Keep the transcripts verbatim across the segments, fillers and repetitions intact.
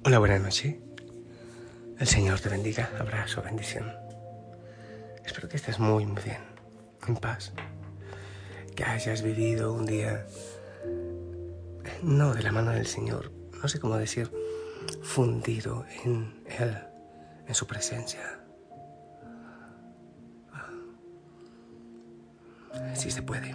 Hola, buenas noches. El Señor te bendiga. Abrazo, bendición. Espero que estés muy, muy bien, en paz. Que hayas vivido un día, no de la mano del Señor, no sé cómo decir, fundido en Él, en su presencia. Sí se puede.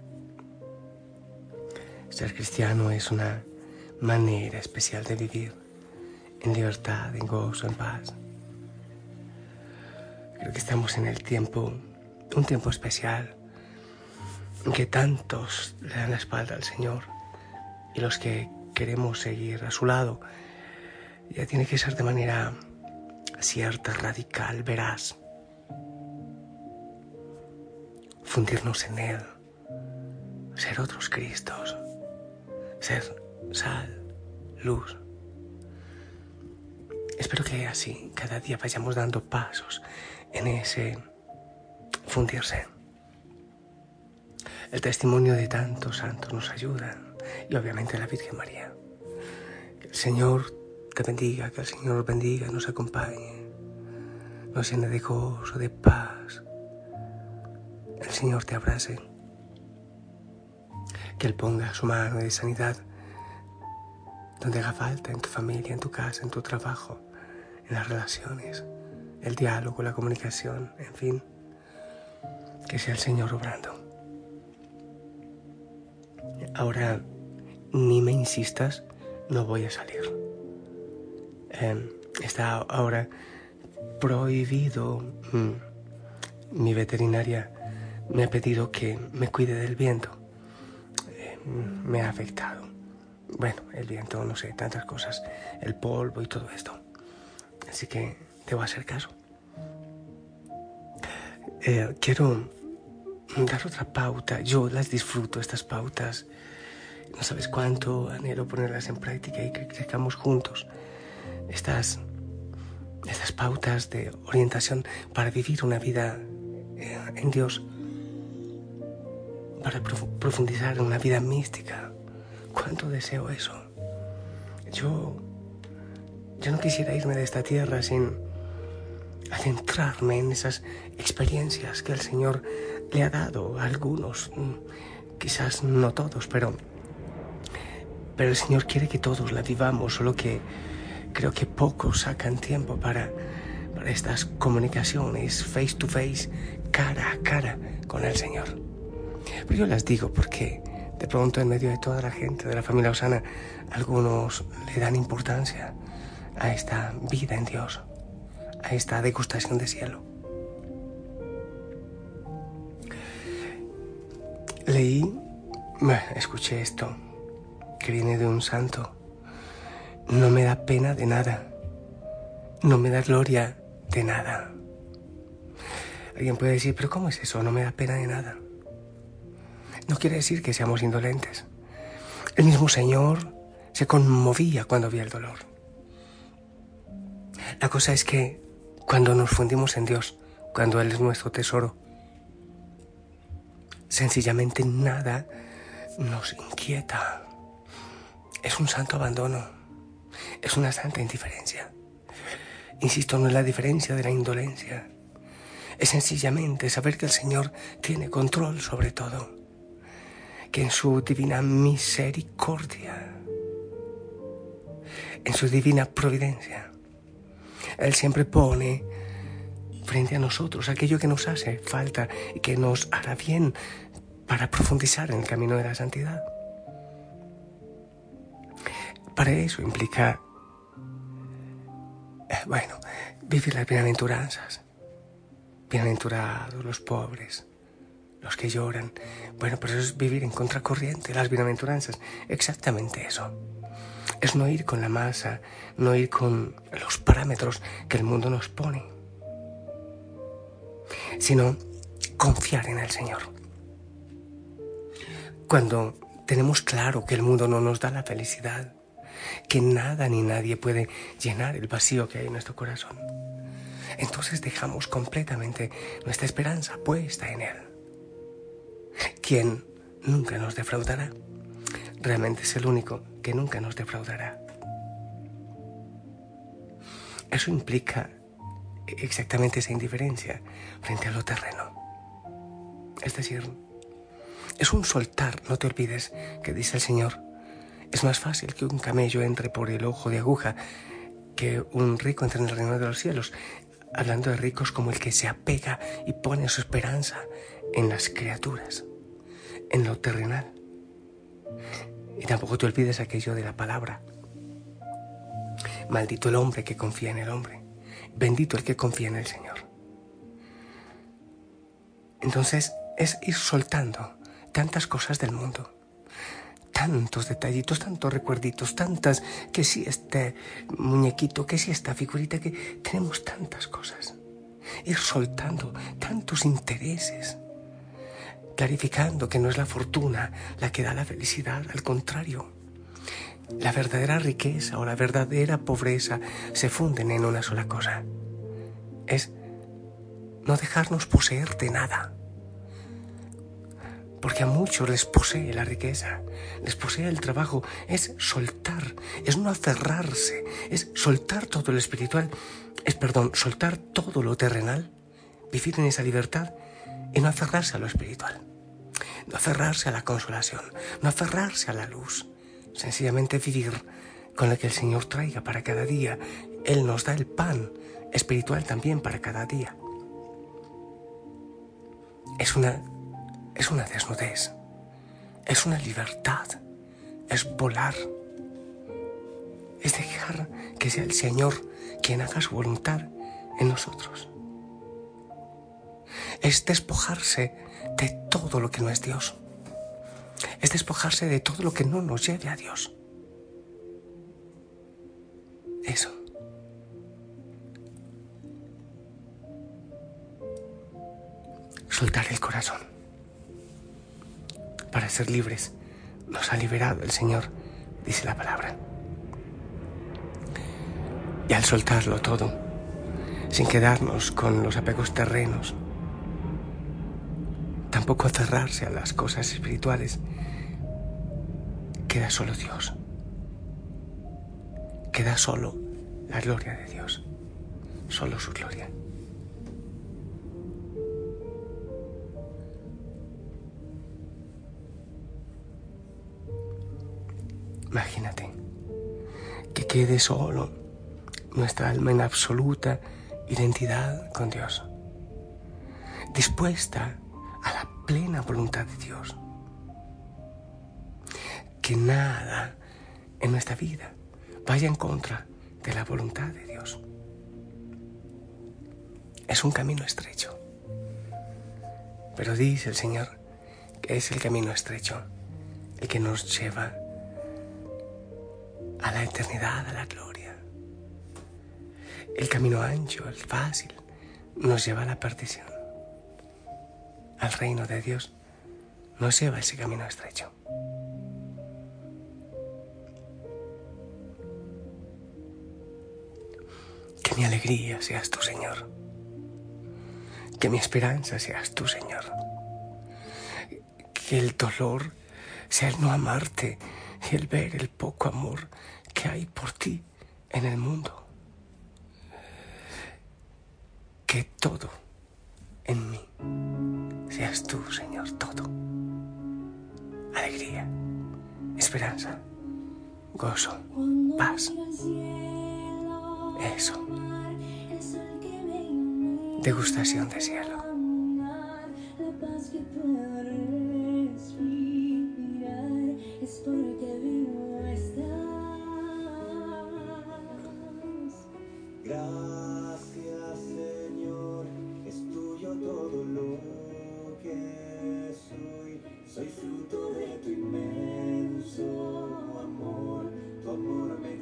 Ser cristiano es una manera especial de vivir en libertad, en gozo, en paz. Creo que estamos en el tiempo, un tiempo especial, en que tantos le dan la espalda al Señor y los que queremos seguir a su lado, ya tiene que ser de manera cierta, radical, veraz. Fundirnos en Él, ser otros Cristos, ser sal, luz. Espero que así cada día vayamos dando pasos en ese fundirse. El testimonio de tantos santos nos ayuda, y obviamente la Virgen María. Que el Señor te bendiga, que el Señor nos bendiga, nos acompañe, nos llene de gozo, de paz. El Señor te abrace, que Él ponga su mano de sanidad donde haga falta, en tu familia, en tu casa, en tu trabajo, en las relaciones, el diálogo, la comunicación, en fin, que sea el Señor obrando. Ahora, ni me insistas, no voy a salir. Eh, está ahora prohibido. Mm, mi veterinaria me ha pedido que me cuide del viento. Eh, me ha afectado. Bueno, el viento, no sé, tantas cosas, el polvo y todo esto. Así que te voy a hacer caso. Eh, quiero dar otra pauta. Yo las disfruto, estas pautas. No sabes cuánto anhelo ponerlas en práctica y que crezcamos juntos. Estas, estas pautas de orientación para vivir una vida eh, en Dios. Para profundizar en una vida mística. Cuánto deseo eso. Yo, yo no quisiera irme de esta tierra sin adentrarme en esas experiencias que el Señor le ha dado a algunos, quizás no todos, pero, pero el Señor quiere que todos la vivamos, solo que creo que pocos sacan tiempo para, para estas comunicaciones face to face, cara a cara con el Señor. Pero yo las digo porque de pronto en medio de toda la gente de la familia Osana, algunos le dan importancia a esta vida en Dios, a esta degustación de cielo. Leí, bueno, escuché esto, que viene de un santo. No me da pena de nada, no me da gloria de nada. Alguien puede decir, pero ¿cómo es eso? No me da pena de nada. No quiere decir que seamos indolentes. El mismo Señor se conmovía cuando vio el dolor. La cosa es que cuando nos fundimos en Dios, cuando Él es nuestro tesoro, sencillamente nada nos inquieta. Es un santo abandono, es una santa indiferencia. Insisto, no es la diferencia de la indolencia. Es sencillamente saber que el Señor tiene control sobre todo, que en su divina misericordia, en su divina providencia, Él siempre pone frente a nosotros aquello que nos hace falta y que nos hará bien para profundizar en el camino de la santidad. Para eso implica, bueno, vivir las bienaventuranzas. Bienaventurados los pobres, los que lloran. Bueno, pero eso es vivir en contracorriente, las bienaventuranzas. Exactamente eso. Es no ir con la masa, no ir con los parámetros que el mundo nos pone, sino confiar en el Señor. Cuando tenemos claro que el mundo no nos da la felicidad, que nada ni nadie puede llenar el vacío que hay en nuestro corazón, entonces dejamos completamente nuestra esperanza puesta en Él, quien nunca nos defraudará. Realmente es el único que nunca nos defraudará. Eso implica exactamente esa indiferencia frente a lo terreno. Es decir, es un soltar, no te olvides, que dice el Señor. Es más fácil que un camello entre por el ojo de aguja que un rico entre en el reino de los cielos. Hablando de ricos como el que se apega y pone su esperanza en las criaturas, en lo terrenal. Y tampoco te olvides aquello de la palabra. Maldito el hombre que confía en el hombre. Bendito el que confía en el Señor. Entonces es ir soltando tantas cosas del mundo. Tantos detallitos, tantos recuerditos, tantas, que si este muñequito, que si esta figurita, que tenemos tantas cosas. Ir soltando tantos intereses, clarificando que no es la fortuna la que da la felicidad, al contrario. La verdadera riqueza o la verdadera pobreza se funden en una sola cosa. Es no dejarnos poseer de nada. Porque a muchos les posee la riqueza, les posee el trabajo. Es soltar, es no aferrarse, es soltar todo lo espiritual, es, perdón, soltar todo lo terrenal, vivir en esa libertad y no aferrarse a lo espiritual, no aferrarse a la consolación, no aferrarse a la luz, sencillamente vivir con lo que el Señor traiga para cada día. Él nos da el pan espiritual también para cada día. Es una Es una desnudez, es una libertad, es volar, es dejar que sea el Señor quien haga su voluntad en nosotros. Es despojarse de todo lo que no es Dios, es despojarse de todo lo que no nos lleve a Dios. Eso. Soltar el corazón. Para ser libres, nos ha liberado el Señor, dice la palabra. Y al soltarlo todo, sin quedarnos con los apegos terrenos, tampoco aferrarse a las cosas espirituales, queda solo Dios. Queda solo la gloria de Dios, solo su gloria. Imagínate que quede solo nuestra alma en absoluta identidad con Dios, dispuesta a la plena voluntad de Dios. Que nada en nuestra vida vaya en contra de la voluntad de Dios. Es un camino estrecho, pero dice el Señor que es el camino estrecho el que nos lleva a la eternidad, a la gloria. El camino ancho, el fácil, nos lleva a la perdición. Al reino de Dios nos lleva ese camino estrecho. Que mi alegría seas tú, Señor. Que mi esperanza seas tú, Señor. Que el dolor sea el no amarte y el ver el poco amor que hay por ti en el mundo. Que todo en mí seas tú, Señor, todo. Alegría, esperanza, gozo, paz. Eso. Degustación de cielo. Gracias, Señor, es tuyo todo lo que soy. Soy fruto de tu inmenso amor, tu amor me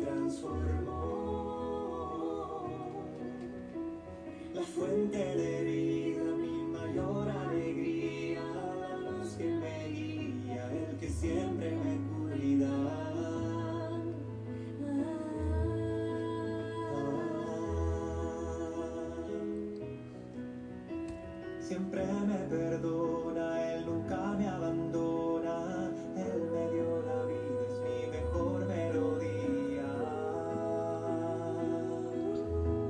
transformó. La fuente de vida, mi mayor alegría, la luz que me guía, el que siempre me cuida. Siempre me perdona, Él nunca me abandona, Él me dio la vida, es mi mejor melodía.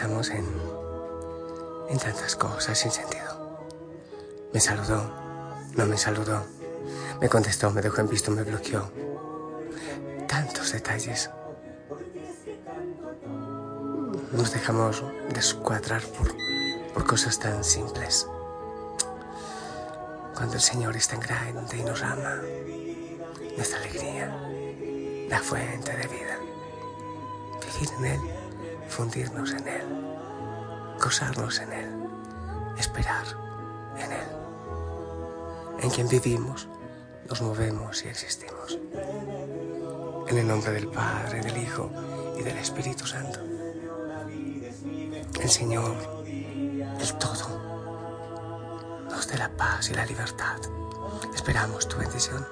gastamos en, en tantas cosas sin sentido. Me saludó, no me saludó, me contestó, me dejó en visto, me bloqueó. Tantos detalles. Nos dejamos descuadrar por, por cosas tan simples. Cuando el Señor es tan grande y nos ama, nuestra alegría, la fuente de vida. Vivir en Él, fundirnos en Él, gozarnos en Él, esperar en Él. En quien vivimos, nos movemos y existimos. En el nombre del Padre, del Hijo y del Espíritu Santo. El Señor, el todo, nos dé la paz y la libertad. Esperamos tu bendición.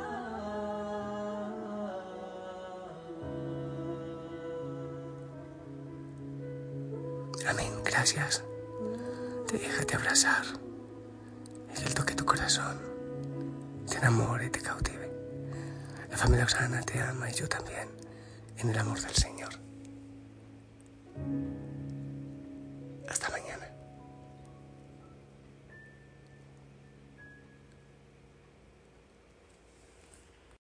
Amén. Gracias. Déjate abrazar y que Él toque tu corazón, te enamore y te cautive. La familia Osana te ama y yo también, en el amor del Señor.